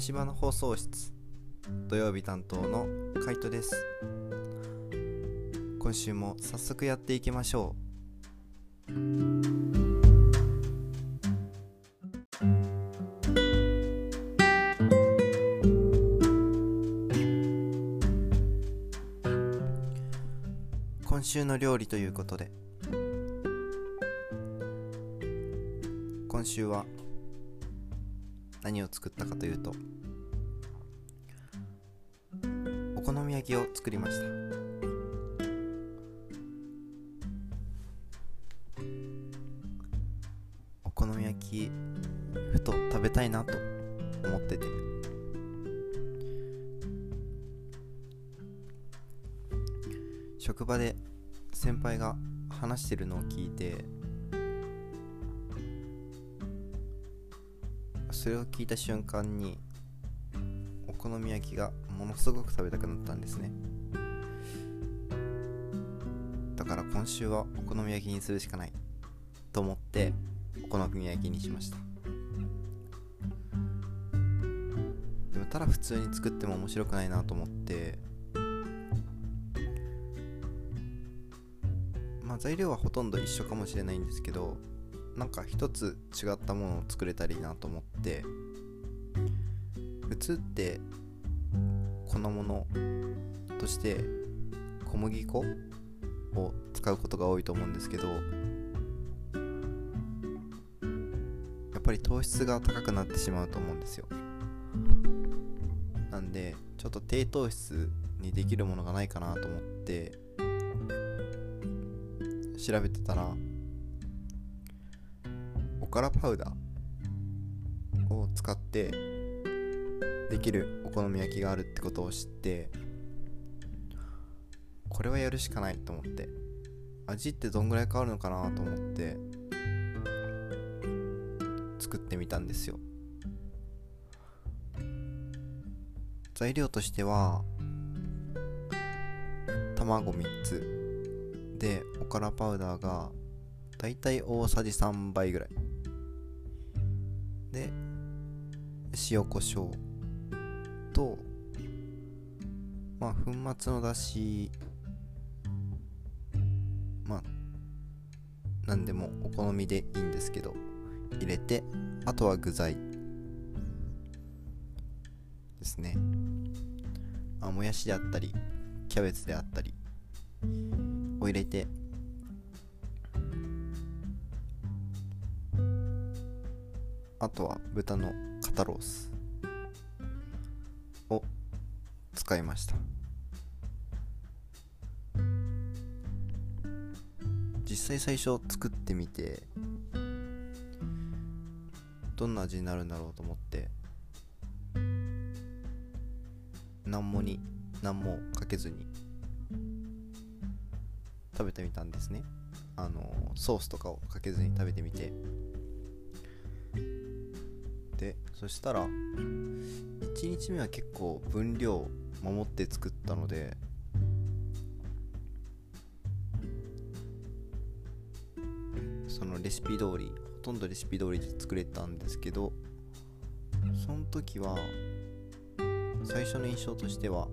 虫歯の放送室、土曜日担当のカイトです。今週も早速やっていきましょう。今週の料理ということで、今週は何を作ったかというと、お好み焼きを作りました。お好み焼きふと食べたいなと思ってて、職場で先輩が話してるのを聞いて、それを聞いた瞬間にお好み焼きがものすごく食べたくなったんですね。だから今週はお好み焼きにするしかないと思ってお好み焼きにしました。でもただ普通に作っても面白くないなと思って、材料はほとんど一緒かもしれないんですけど、なんか一つ違ったものを作れたらいいなと思って、普通って粉物として小麦粉を使うことが多いと思うんですけど、やっぱり糖質が高くなってしまうと思うんですよ。なんでちょっと低糖質にできるものがないかなと思って調べてたら、おからパウダーを使ってできるお好み焼きがあるってことを知って、これはやるしかないと思って、味ってどんぐらい変わるのかなと思って作ってみたんですよ。材料としては卵3つで、おからパウダーがだいたい大さじ3杯ぐらいで、塩コショウと粉末のだし、なんでもお好みでいいんですけど入れて、あとは具材ですね。もやしであったりキャベツであったりを入れて、あとは豚の肩ロースを使いました。実際最初作ってみてどんな味になるんだろうと思って、何もかけずに食べてみたんですね。ソースとかをかけずに食べてみて、でそしたら1日目は結構分量守って作ったので、そのレシピ通り、ほとんどレシピ通りで作れたんですけど、その時は最初の印象としては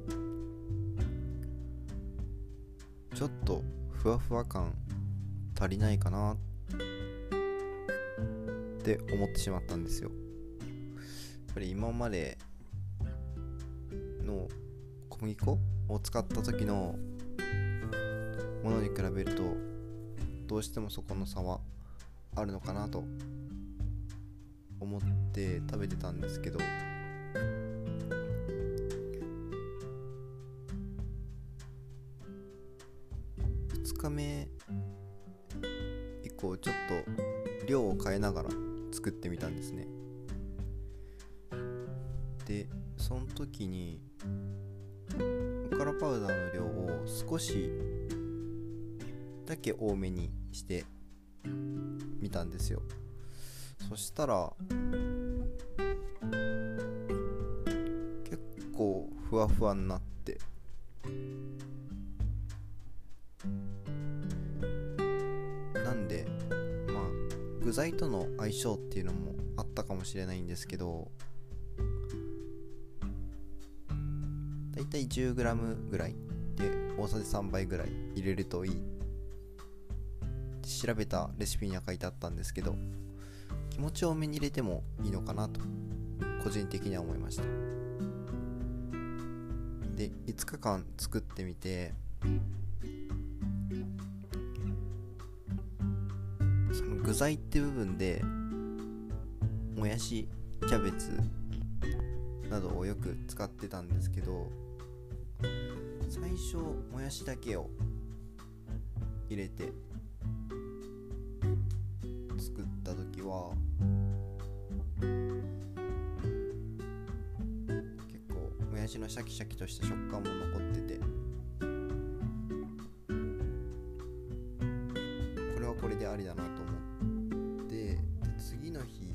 ちょっとふわふわ感足りないかなって思ってしまったんですよ。やっぱり今までの小麦粉を使った時のものに比べるとどうしてもそこの差はあるのかなと思って食べてたんですけど、2日目以降ちょっと量を変えながら作ってみたんですね。でその時におからパウダーの量を少しだけ多めにしてみたんですよ。そしたら結構ふわふわになって、なんで具材との相性っていうのもあったかもしれないんですけど、 たい 10g ぐらいで大さじ3杯ぐらい入れるといいって調べたレシピには書いてあったんですけど、気持ち多めに入れてもいいのかなと個人的には思いました。で5日間作ってみて、その具材って部分でもやし、キャベツなどをよく使ってたんですけど、最初もやしだけを入れて作った時は結構もやしのシャキシャキとした食感も残ってて、これはこれでありだなと思って、で次の日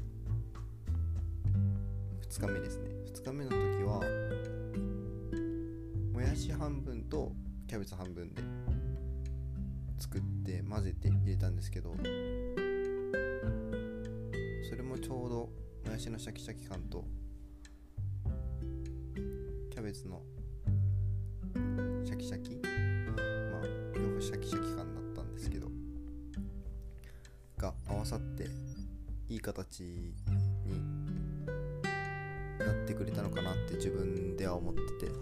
2日目ですね、2日目の時はもやし半分とキャベツ半分で作って混ぜて入れたんですけど、それもちょうどもやしのシャキシャキ感とキャベツのシャキシャキ、両方シャキシャキ感だったんですけどが合わさっていい形になってくれたのかなって自分では思ってて、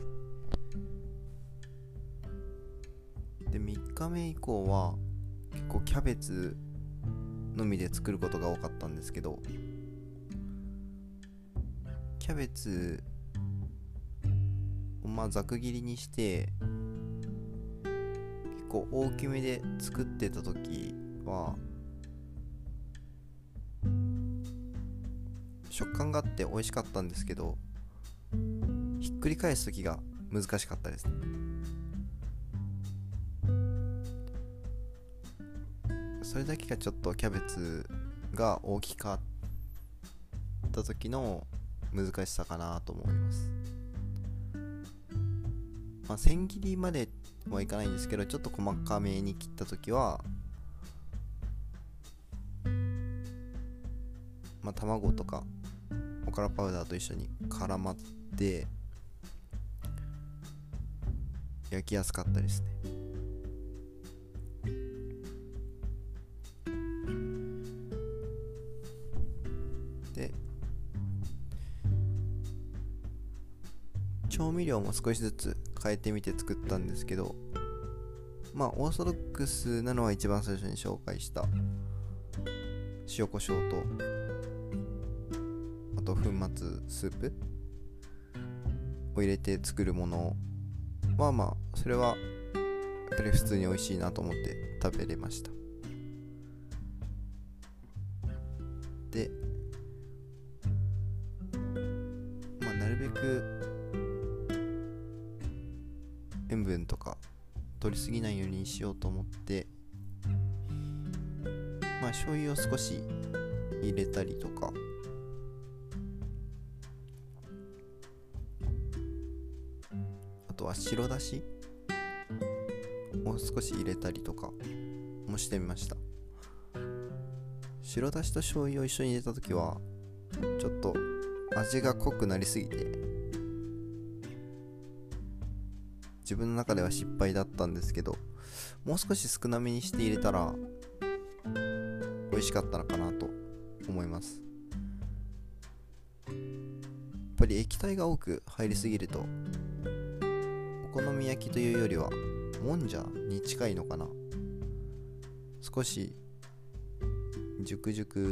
で3日目以降は結構キャベツのみで作ることが多かったんですけど、キャベツをざく切りにして結構大きめで作ってた時は食感があって美味しかったんですけど、ひっくり返す時が難しかったですね。それだけがちょっとキャベツが大きかった時の難しさかなと思います。千切りまではいかないんですけど、ちょっと細かめに切った時は卵とかおからパウダーと一緒に絡まって焼きやすかったですね。で調味料も少しずつ変えてみて作ったんですけど、オーソドックスなのは一番最初に紹介した塩コショウと、あと粉末スープを入れて作るものはそれはやっぱり普通に美味しいなと思って食べれました。でなるべく塩分とか取りすぎないようにしようと思って、醤油を少し入れたりとか、あとは白だしを少し入れたりとかもしてみました。白だしと醤油を一緒に入れた時はちょっと味が濃くなりすぎて自分の中では失敗だったんですけど、もう少し少なめにして入れたら美味しかったのかなと思います。やっぱり液体が多く入りすぎるとお好み焼きというよりはもんじゃに近いのかな、少し熟々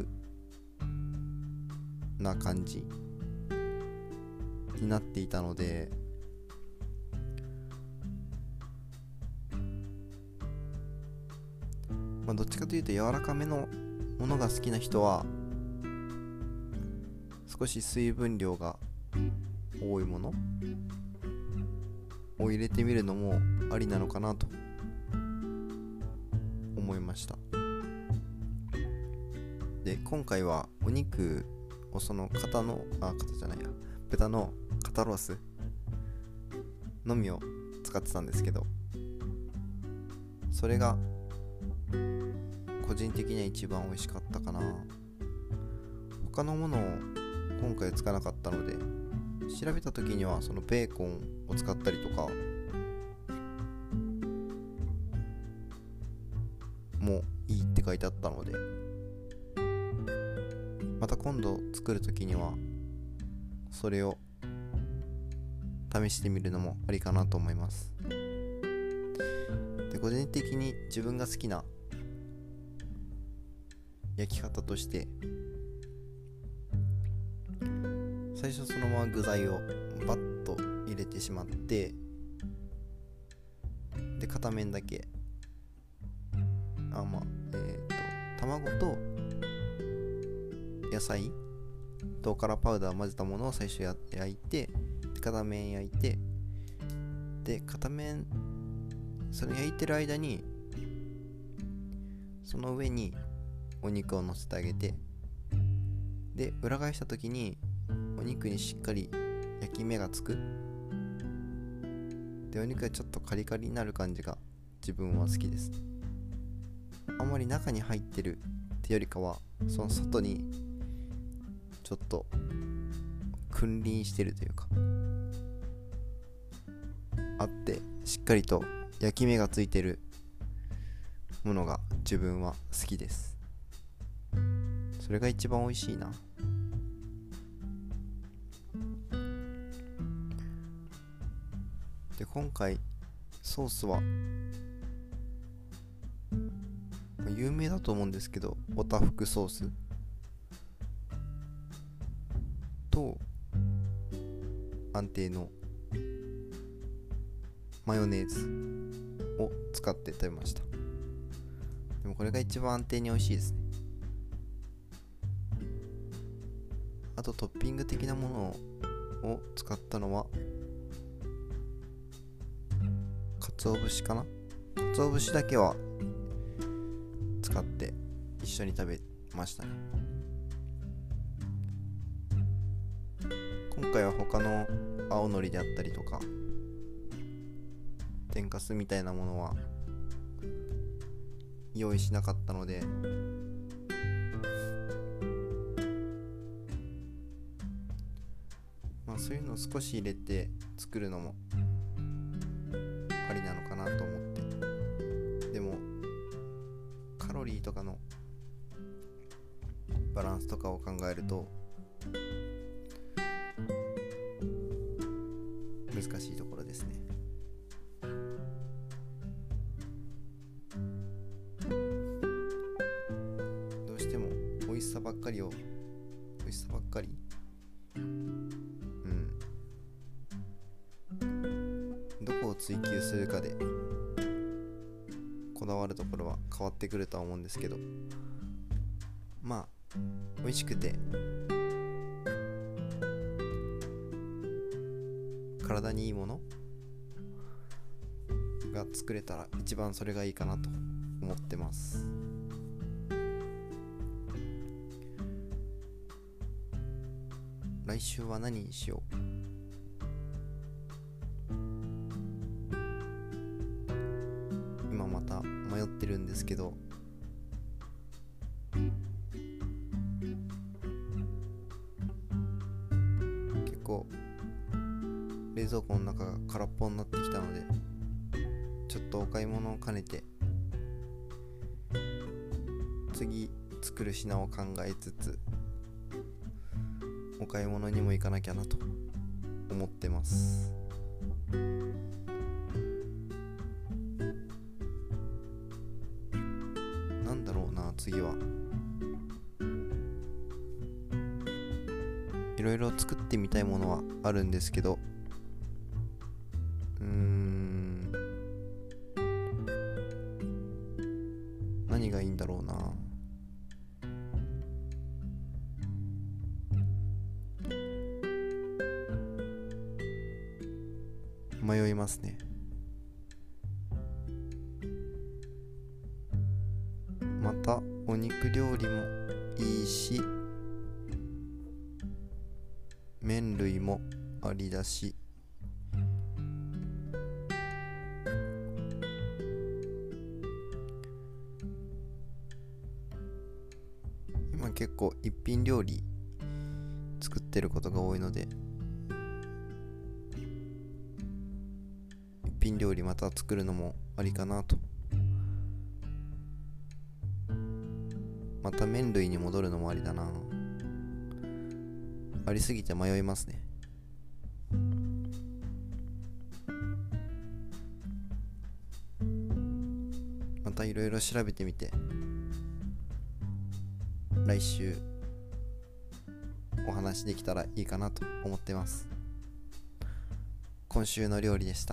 な感じになっていたので、どっちかというと柔らかめのものが好きな人は少し水分量が多いものを入れてみるのもありなのかなと思いました。で今回はお肉をその豚の肩ロースのみを使ってたんですけど、それが個人的には一番美味しかったかな。他のものを今回使わなかったので調べた時にはそのベーコンを使ったりとかもいいって書いてあったので、また今度作る時にはそれを試してみるのもありかなと思います。で、個人的に自分が好きな焼き方として、最初そのまま具材をバッと入れてしまって、で片面だけ卵と野菜と辛パウダー混ぜたものを最初焼いて、片面焼いて、で片面その焼いてる間にその上にお肉を乗せてあげて、で裏返した時にお肉にしっかり焼き目がつく。でお肉がちょっとカリカリになる感じが自分は好きです。あんまり中に入ってるってよりかは、その外にちょっと君臨してるというかあって、しっかりと焼き目がついてるものが自分は好きです。それが一番美味しいな。で今回ソースは有名だと思うんですけど、オタフクソースと安定のマヨネーズを使って食べました。でもこれが一番安定に美味しいですね。あとトッピング的なものを使ったのは鰹節かな。鰹節だけは使って一緒に食べましたね。今回は他の青のりであったりとか天かすみたいなものは用意しなかったので、そういうのを少し入れて作るのもありなのかなと思って。でもカロリーとかのバランスとかを考えると難しいところですね。どうしても美味しさばっかりどこを追求するかでこだわるところは変わってくるとは思うんですけど、美味しくて体にいいものが作れたら一番それがいいかなと思ってます。来週は何にしよう。今また迷ってるんですけど、結構冷蔵庫の中が空っぽになってきたので、ちょっとお買い物を兼ねて次作る品を考えつつお買い物にも行かなきゃなと思ってます。なんだろうな、次はいろいろ作ってみたいものはあるんですけど、何がいいんだろうな。迷いますね。またお肉料理もいいし、麺類もありだし、今結構一品料理作ってることが多いので、 品料理また作るのもありかなと。また麺類に戻るのもありだな。ありすぎて迷いますね。またいろいろ調べてみて、来週お話できたらいいかなと思ってます。今週の料理でした。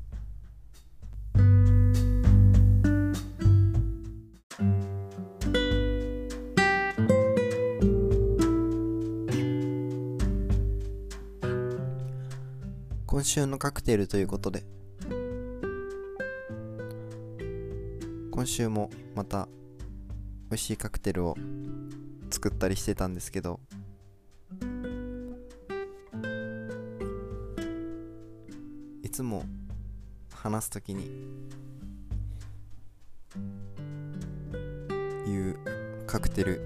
今週のカクテルということで、今週もまた美味しいカクテルを作ったりしてたんですけど、いつも話すときに言うカクテル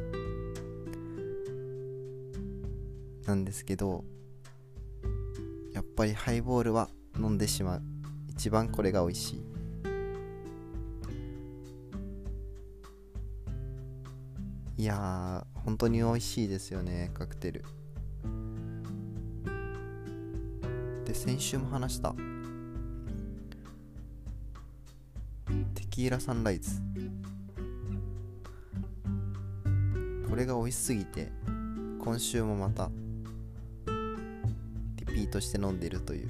なんですけど、やっぱりハイボールは飲んでしまう。一番これが美味しい。いやー、本当に美味しいですよね、カクテル。で、先週も話したテキーラサンライズ、これが美味しすぎて今週もまたリピートして飲んでいるという。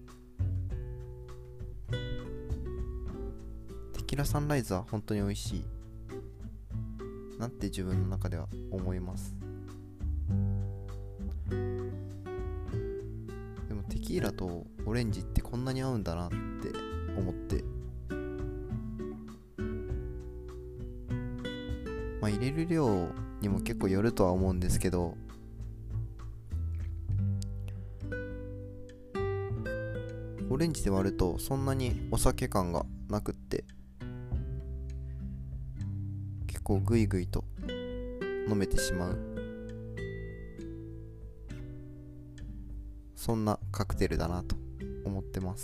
テキーラサンライズは本当に美味しいなって自分の中では思います。でもテキーラとオレンジってこんなに合うんだなって思って、まあ入れる量にも結構よるとは思うんですけど、オレンジで割るとそんなにお酒感がなくって、結構グイグイと飲めてしまう、そんなカクテルだなと思ってます。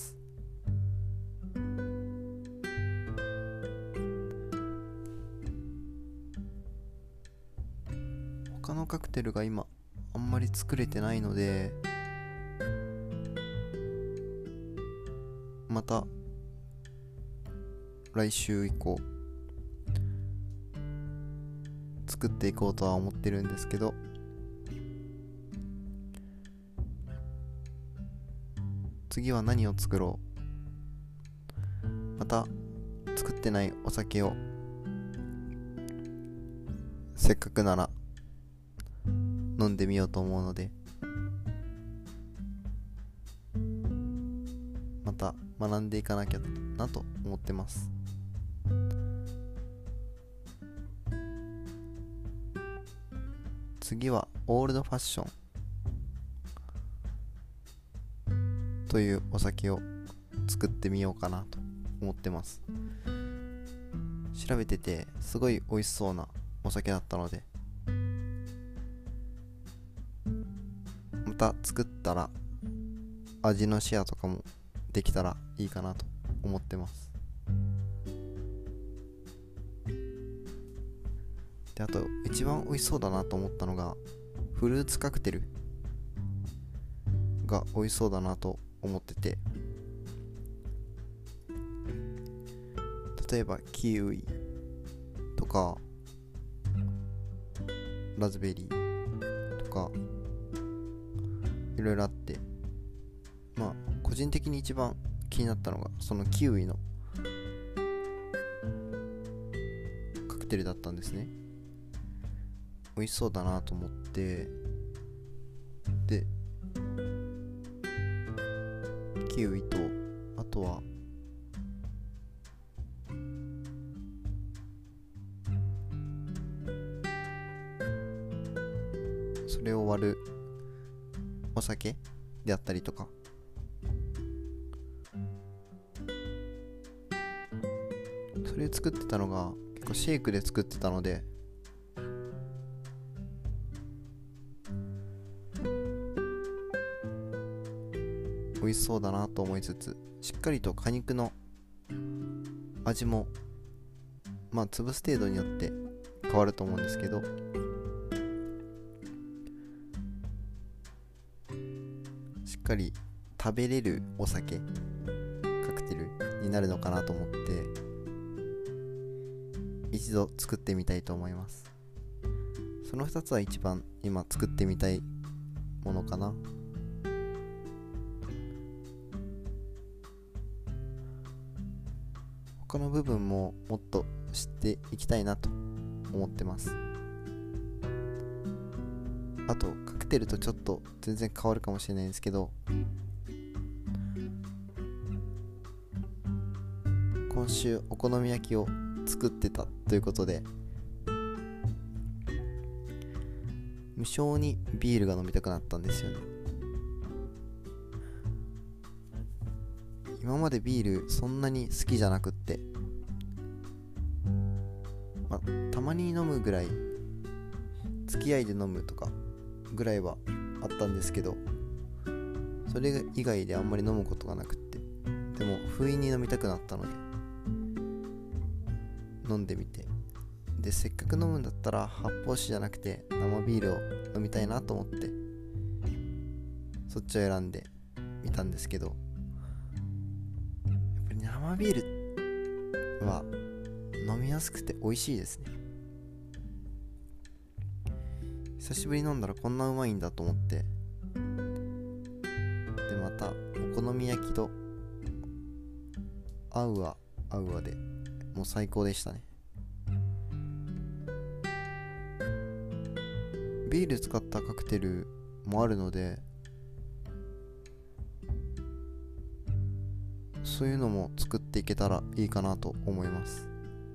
他のカクテルが今あんまり作れてないので、また来週以降作っていこうとは思ってるんですけど、次は何を作ろう。また作ってないお酒をせっかくなら飲んでみようと思うので、また学んでいかなきゃなと思ってます。次はオールドファッションというお酒を作ってみようかなと思ってます。調べててすごい美味しそうなお酒だったので、また作ったら味のシェアとかもできたらいいかなと思ってます。で、あと一番美味しそうだなと思ったのがフルーツカクテルが美味しそうだなと思ってて、例えばキウイとかラズベリーとかいろいろあって、まあ個人的に一番気になったのがそのキウイのカクテルだったんですね。美味しそうだなと思って、でキウイと、あとはそれを割るお酒であったりとか、それ作ってたのが結構シェイクで作ってたので、美美味しそうだなと思いつつ、しっかりと果肉の味も潰す程度によって変わると思うんですけど、しっかり食べれるお酒、カクテルになるのかなと思って一度作ってみたいと思います。その2つは一番今作ってみたいものかな。他の部分ももっと知っていきたいなと思ってます。あとカクテルとちょっと全然変わるかもしれないんですけど、今週お好み焼きを作ってたということで、無性にビールが飲みたくなったんですよね。今までビールそんなに好きじゃなくって、たまに飲むぐらい、付き合いで飲むとかぐらいはあったんですけど、それ以外であんまり飲むことがなくって、でも不意に飲みたくなったので飲んでみて、でせっかく飲むんだったら発泡酒じゃなくて生ビールを飲みたいなと思ってそっちを選んでみたんですけど、やっぱり生ビールは飲みやすくて美味しいですね。久しぶりに飲んだらこんなうまいんだと思って、でまたお好み焼きと合うわでもう最高でしたね。ビール使ったカクテルもあるので、そういうのも作っていけたらいいかなと思います。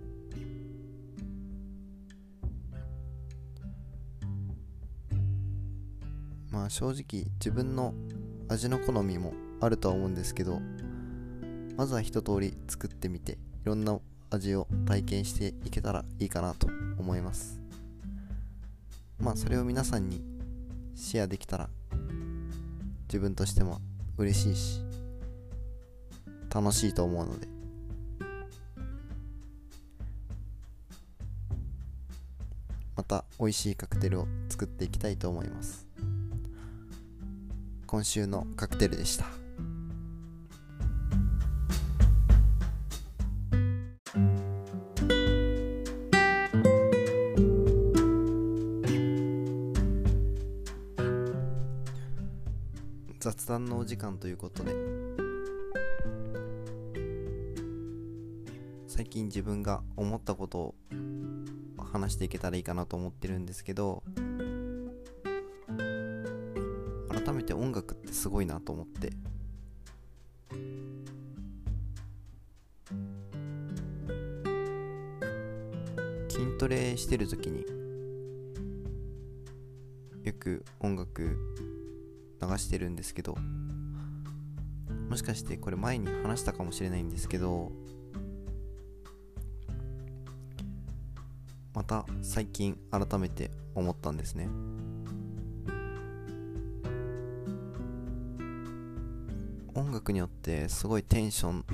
正直自分の味の好みもあるとは思うんですけど、まずは一通り作ってみていろんな味を体験していけたらいいかなと思います。それを皆さんにシェアできたら自分としても嬉しいし楽しいと思うので、また美味しいカクテルを作っていきたいと思います。今週のカクテルでした。雑談のお時間ということで、最近自分が思ったことを話していけたらいいかなと思ってるんですけど、改めて音楽ってすごいなと思って、筋トレしてる時によく音楽流してるんですけど、もしかしてこれ前に話したかもしれないんですけど、また最近改めて思ったんですね。音楽によってすごいテンション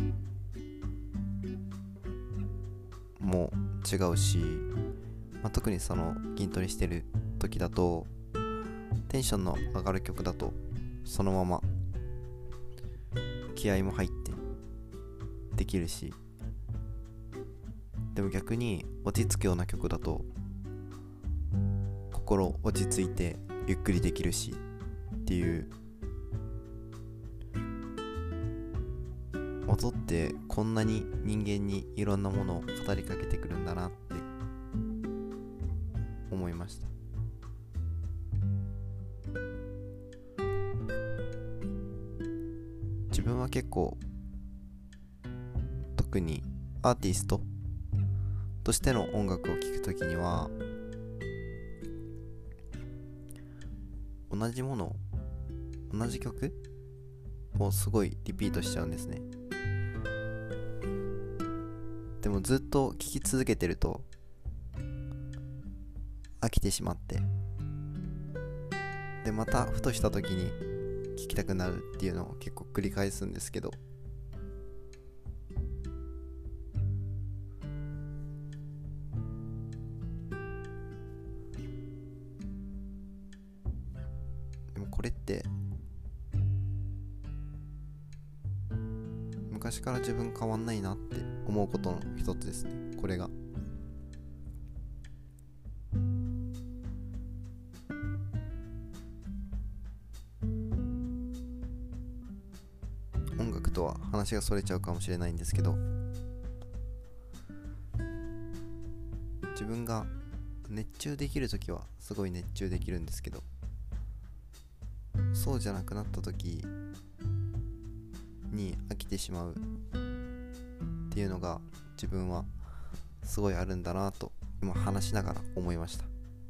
も違うし、特にその筋トレしてる時だとテンションの上がる曲だとそのまま気合も入ってできるし、でも逆に落ち着くような曲だと心落ち着いてゆっくりできるしっていう、音ってこんなに人間にいろんなものを語りかけてくるんだなって思いました。自分は結構特にアーティストとしての音楽を聴くときには同じもの、同じ曲をすごいリピートしちゃうんですね。でもずっと聴き続けてると飽きてしまって、でまたふとした時に聴きたくなるっていうのを結構繰り返すんですけど、でもこれって昔から自分変わんないなって思うことの一つですね、これが。音楽とは話がそれちゃうかもしれないんですけど、自分が熱中できるときはすごい熱中できるんですけど、そうじゃなくなった時に飽きてしまうっていうのが自分はすごいあるんだなと今話しながら思いました。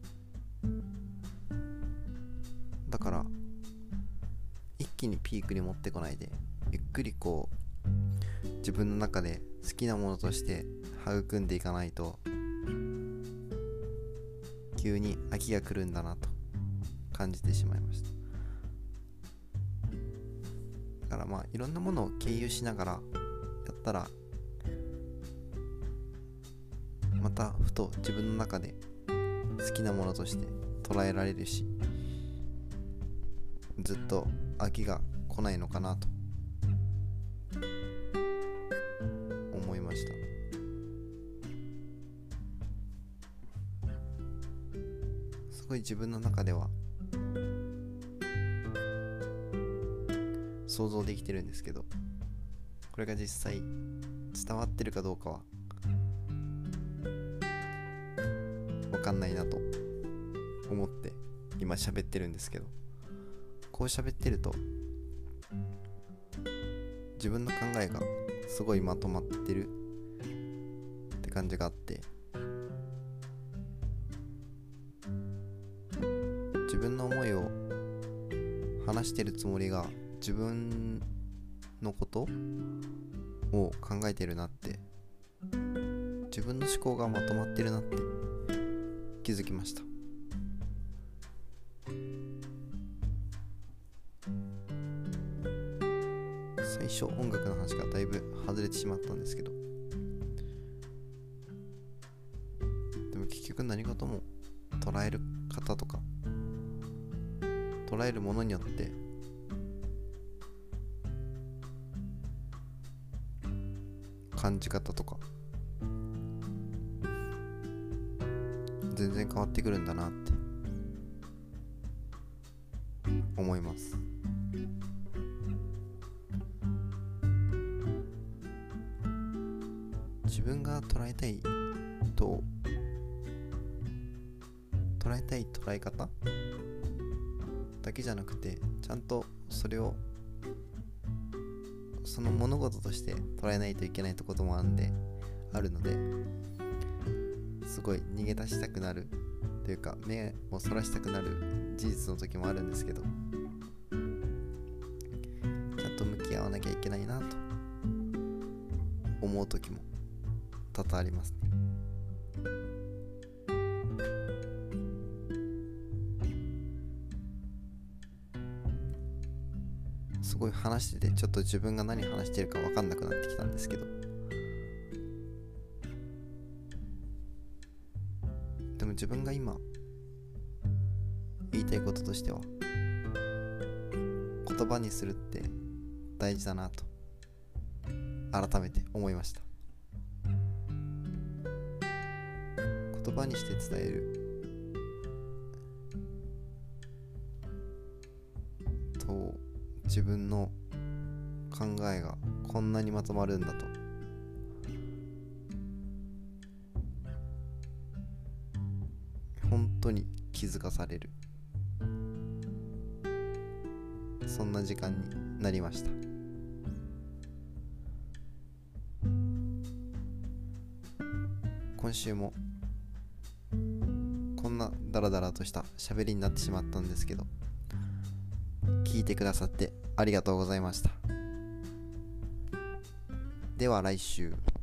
だから一気にピークに持ってこないで、ゆっくりこう自分の中で好きなものとして育んでいかないと急に飽きが来るんだなと感じてしまいました。だからいろんなものを経由しながらやったら、またふと自分の中で好きなものとして捉えられるし、ずっと飽きが来ないのかなと思いました。すごい自分の中では想像できてるんですけど、これが実際伝わってるかどうかは分かんないなと思って今喋ってるんですけど、こう喋ってると自分の考えがすごいまとまってるって感じがあって、自分の思いを話してるつもりが自分のことを考えてるなって、自分の思考がまとまってるなって気づきました。最初音楽の話がだいぶ外れてしまったんですけど、でも結局何事も捉える方とか捉えるものによって感じ方とか全然変わってくるんだなって思います。自分が捉えたい捉え方だけじゃなくて、ちゃんとそれをその物事として捉えないといけないこともあるので、すごい逃げ出したくなるというか目をそらしたくなる事実の時もあるんですけど、ちゃんと向き合わなきゃいけないなと思う時も多々ありますね。すごい話しててちょっと自分が何話してるか分かんなくなってきたんですけど、でも自分が今言いたいこととしては、言葉にするって大事だなと改めて思いました。言葉にして伝えると自分の考えがこんなにまとまるんだと本当に気づかされる、そんな時間になりました。今週もこんなダラダラとした喋りになってしまったんですけど、聞いてくださってありがとうございました。では来週。